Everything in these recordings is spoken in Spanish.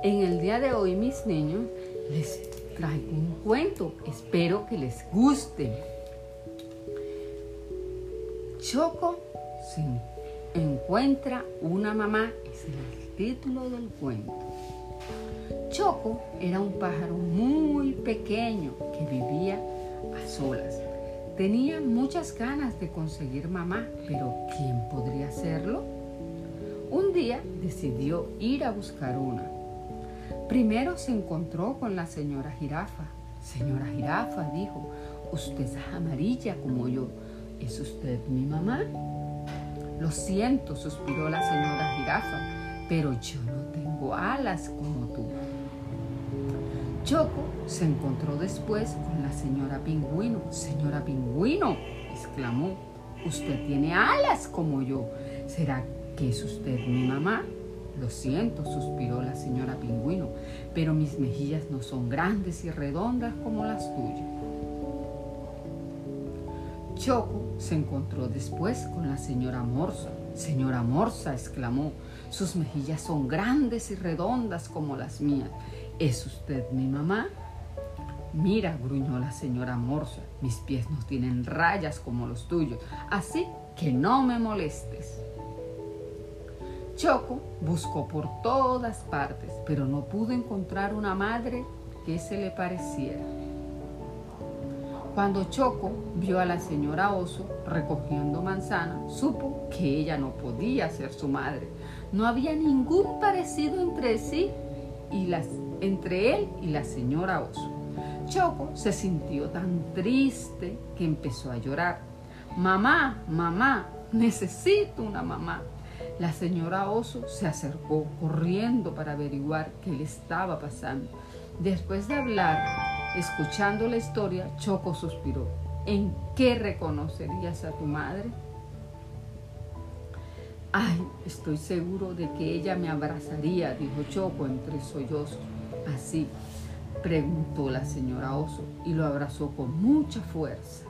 En el día de hoy, mis niños, les traigo un cuento. Espero que les guste. Choco se encuentra una mamá. Ese es el título del cuento. Choco era un pájaro muy pequeño que vivía a solas. Tenía muchas ganas de conseguir mamá, pero ¿quién podría hacerlo? Un día decidió ir a buscar una. Primero se encontró con la señora Jirafa. Señora Jirafa, dijo, usted es amarilla como yo. ¿Es usted mi mamá? Lo siento, suspiró la señora Jirafa, pero yo no tengo alas como tú. Choco se encontró después con la señora Pingüino. Señora Pingüino, exclamó, usted tiene alas como yo. ¿Será que es usted mi mamá? Lo siento, suspiró la señora Pingüino, pero mis mejillas no son grandes y redondas como las tuyas. Choco se encontró después con la señora Morsa. Señora Morsa, exclamó, sus mejillas son grandes y redondas como las mías. ¿Es usted mi mamá? Mira, gruñó la señora Morsa, mis pies no tienen rayas como los tuyos, así que no me molestes. Choco buscó por todas partes, pero no pudo encontrar una madre que se le pareciera. Cuando Choco vio a la señora Oso recogiendo manzanas, supo que ella no podía ser su madre. No había ningún parecido entre él y la señora Oso. Choco se sintió tan triste que empezó a llorar. Mamá, mamá, necesito una mamá. La señora Oso se acercó corriendo para averiguar qué le estaba pasando. Después de hablar, escuchando la historia, Choco suspiró. ¿En qué reconocerías a tu madre? Ay, estoy seguro de que ella me abrazaría, dijo Choco entre sollozos. ¿Así? Preguntó la señora Oso y lo abrazó con mucha fuerza.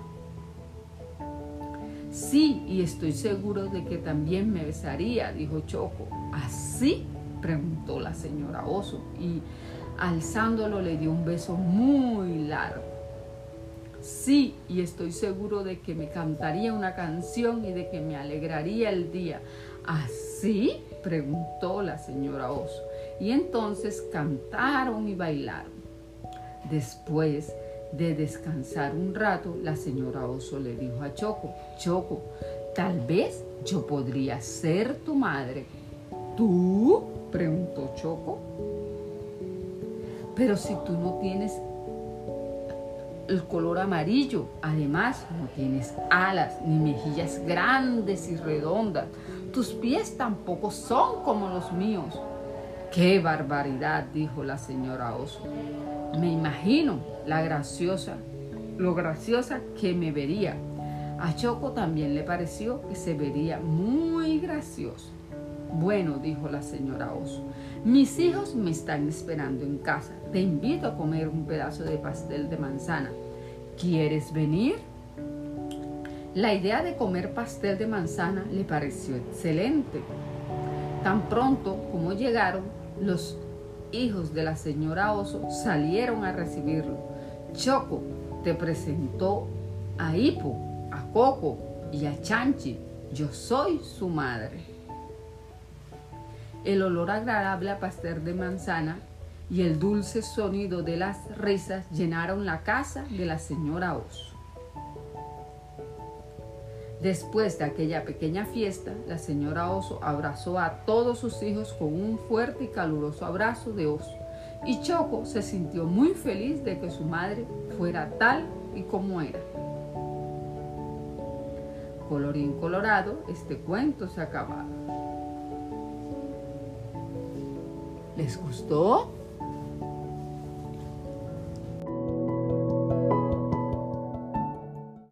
Sí, y estoy seguro de que también me besaría, dijo Choco. ¿Así? Preguntó la señora Oso y alzándolo le dio un beso muy largo. Sí, y estoy seguro de que me cantaría una canción y de que me alegraría el día. ¿Así? Preguntó la señora Oso. Y entonces cantaron y bailaron. Después de descansar un rato, la señora Oso le dijo a Choco, Choco, tal vez yo podría ser tu madre. ¿Tú? Preguntó Choco. Pero si tú no tienes el color amarillo, además no tienes alas ni mejillas grandes y redondas, tus pies tampoco son como los míos. ¡Qué barbaridad!, dijo la señora Oso. Me imagino lo graciosa que me vería. A Choco también le pareció que se vería muy gracioso. Bueno, dijo la señora Oso, mis hijos me están esperando en casa. Te invito a comer un pedazo de pastel de manzana. ¿Quieres venir? La idea de comer pastel de manzana le pareció excelente. Tan pronto como llegaron, los hijos de la señora Oso salieron a recibirlo. Choco te presentó a Hipo, a Coco y a Chanchi. Yo soy su madre. El olor agradable a pastel de manzana y el dulce sonido de las risas llenaron la casa de la señora Oso. Después de aquella pequeña fiesta, la señora Oso abrazó a todos sus hijos con un fuerte y caluroso abrazo de oso. Y Choco se sintió muy feliz de que su madre fuera tal y como era. Colorín colorado, este cuento se ha acabado. ¿Les gustó?